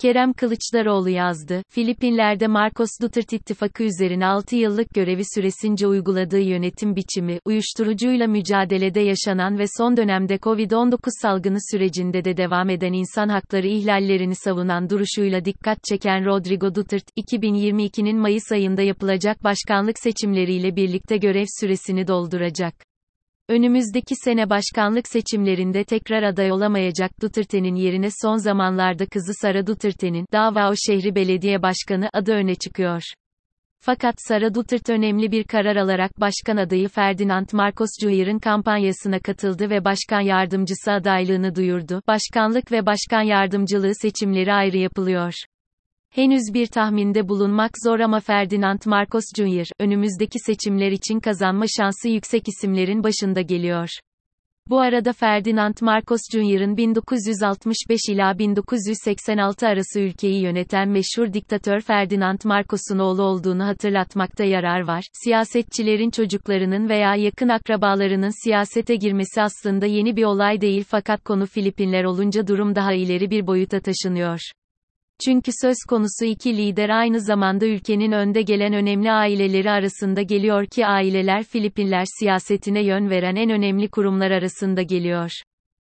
Kerem Kılıçdaroğlu yazdı, Filipinler'de Marcos Duterte ittifakı üzerine 6 yıllık görevi süresince uyguladığı yönetim biçimi, uyuşturucuyla mücadelede yaşanan ve son dönemde Covid-19 salgını sürecinde de devam eden insan hakları ihlallerini savunan duruşuyla dikkat çeken Rodrigo Duterte, 2022'nin Mayıs ayında yapılacak başkanlık seçimleriyle birlikte görev süresini dolduracak. Önümüzdeki sene başkanlık seçimlerinde tekrar aday olamayacak Duterte'nin yerine son zamanlarda kızı Sara Duterte'nin, Davao şehri belediye başkanı adı öne çıkıyor. Fakat Sara Duterte önemli bir karar alarak başkan adayı Ferdinand Marcos Jr.'ın kampanyasına katıldı ve başkan yardımcısı adaylığını duyurdu. Başkanlık ve başkan yardımcılığı seçimleri ayrı yapılıyor. Henüz bir tahminde bulunmak zor ama Ferdinand Marcos Jr., önümüzdeki seçimler için kazanma şansı yüksek isimlerin başında geliyor. Bu arada Ferdinand Marcos Jr.'ın 1965 ila 1986 arası ülkeyi yöneten meşhur diktatör Ferdinand Marcos'un oğlu olduğunu hatırlatmakta yarar var. Siyasetçilerin çocuklarının veya yakın akrabalarının siyasete girmesi aslında yeni bir olay değil fakat konu Filipinler olunca durum daha ileri bir boyuta taşınıyor. Çünkü söz konusu iki lider aynı zamanda ülkenin önde gelen önemli aileleri arasında geliyor ki aileler Filipinler siyasetine yön veren en önemli kurumlar arasında geliyor.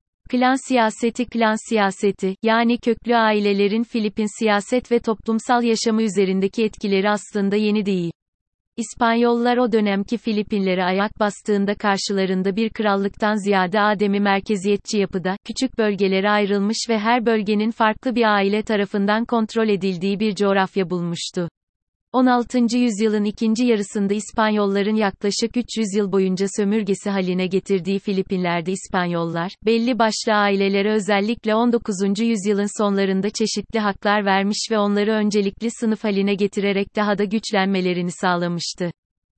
Klan siyaseti, yani köklü ailelerin Filipin siyaset ve toplumsal yaşamı üzerindeki etkileri aslında yeni değil. İspanyollar o dönemki Filipinlere ayak bastığında karşılarında bir krallıktan ziyade ademi merkeziyetçi yapıda, küçük bölgelere ayrılmış ve her bölgenin farklı bir aile tarafından kontrol edildiği bir coğrafya bulmuştu. 16. yüzyılın ikinci yarısında İspanyolların yaklaşık 300 yıl boyunca sömürgesi haline getirdiği Filipinler'de İspanyollar, belli başlı ailelere özellikle 19. yüzyılın sonlarında çeşitli haklar vermiş ve onları öncelikli sınıf haline getirerek daha da güçlenmelerini sağlamıştı.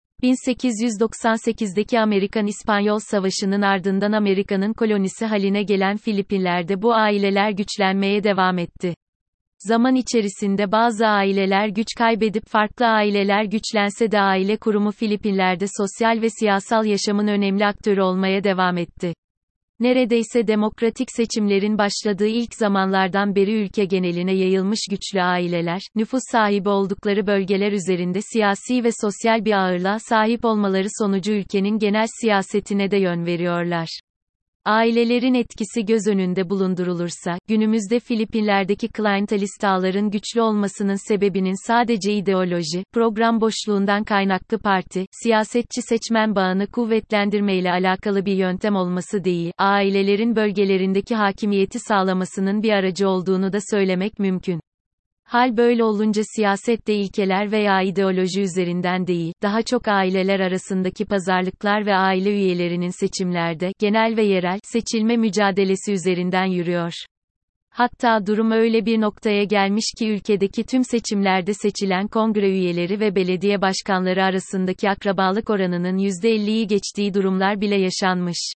1898'deki Amerikan-İspanyol Savaşı'nın ardından Amerika'nın kolonisi haline gelen Filipinler'de bu aileler güçlenmeye devam etti. Zaman içerisinde bazı aileler güç kaybedip farklı aileler güçlense de aile kurumu Filipinler'de sosyal ve siyasal yaşamın önemli aktörü olmaya devam etti. Neredeyse demokratik seçimlerin başladığı ilk zamanlardan beri ülke geneline yayılmış güçlü aileler, nüfus sahibi oldukları bölgeler üzerinde siyasi ve sosyal bir ağırlığa sahip olmaları sonucu ülkenin genel siyasetine de yön veriyorlar. Ailelerin etkisi göz önünde bulundurulursa, günümüzde Filipinler'deki klientelist ağların güçlü olmasının sebebinin sadece ideoloji, program boşluğundan kaynaklı parti, siyasetçi seçmen bağını kuvvetlendirmeyle alakalı bir yöntem olması değil, ailelerin bölgelerindeki hakimiyeti sağlamasının bir aracı olduğunu da söylemek mümkün. Hal böyle olunca siyasette ilkeler veya ideoloji üzerinden değil, daha çok aileler arasındaki pazarlıklar ve aile üyelerinin seçimlerde, genel ve yerel, seçilme mücadelesi üzerinden yürüyor. Hatta durum öyle bir noktaya gelmiş ki ülkedeki tüm seçimlerde seçilen kongre üyeleri ve belediye başkanları arasındaki akrabalık oranının %50'yi geçtiği durumlar bile yaşanmış.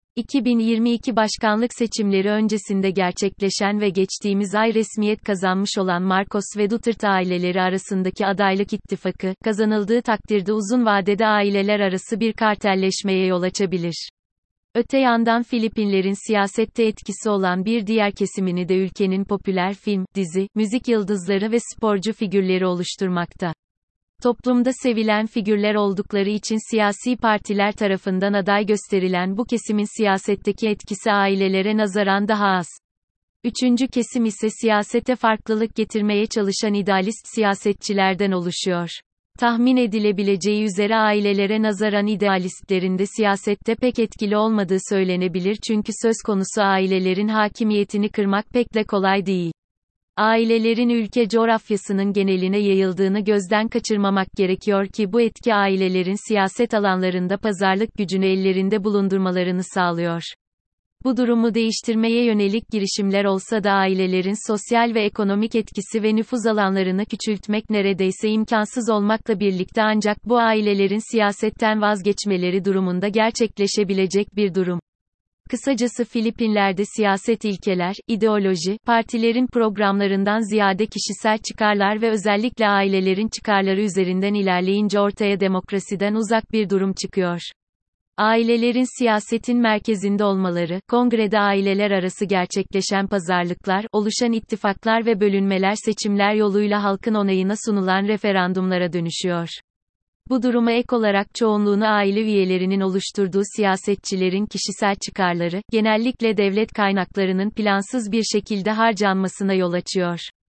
2022 başkanlık seçimleri öncesinde gerçekleşen ve geçtiğimiz ay resmiyet kazanmış olan Marcos ve Duterte aileleri arasındaki adaylık ittifakı, kazanıldığı takdirde uzun vadede aileler arası bir kartelleşmeye yol açabilir. Öte yandan Filipinlerin siyasette etkisi olan bir diğer kesimini de ülkenin popüler film, dizi, müzik yıldızları ve sporcu figürleri oluşturmakta. Toplumda sevilen figürler oldukları için siyasi partiler tarafından aday gösterilen bu kesimin siyasetteki etkisi ailelere nazaran daha az. Üçüncü kesim ise siyasete farklılık getirmeye çalışan idealist siyasetçilerden oluşuyor. Tahmin edilebileceği üzere ailelere nazaran idealistlerin de siyasette pek etkili olmadığı söylenebilir çünkü söz konusu ailelerin hakimiyetini kırmak pek de kolay değil. Ailelerin ülke coğrafyasının geneline yayıldığını gözden kaçırmamak gerekiyor ki bu etki ailelerin siyaset alanlarında pazarlık gücünü ellerinde bulundurmalarını sağlıyor. Bu durumu değiştirmeye yönelik girişimler olsa da ailelerin sosyal ve ekonomik etkisi ve nüfuz alanlarını küçültmek neredeyse imkansız olmakla birlikte ancak bu ailelerin siyasetten vazgeçmeleri durumunda gerçekleşebilecek bir durum. Kısacası Filipinler'de siyaset ilkeler, ideoloji, partilerin programlarından ziyade kişisel çıkarlar ve özellikle ailelerin çıkarları üzerinden ilerleyince ortaya demokrasiden uzak bir durum çıkıyor. Ailelerin siyasetin merkezinde olmaları, kongrede aileler arası gerçekleşen pazarlıklar, oluşan ittifaklar ve bölünmeler seçimler yoluyla halkın onayına sunulan referandumlara dönüşüyor. Bu duruma ek olarak çoğunluğunu aile üyelerinin oluşturduğu siyasetçilerin kişisel çıkarları, genellikle devlet kaynaklarının plansız bir şekilde harcanmasına yol açıyor.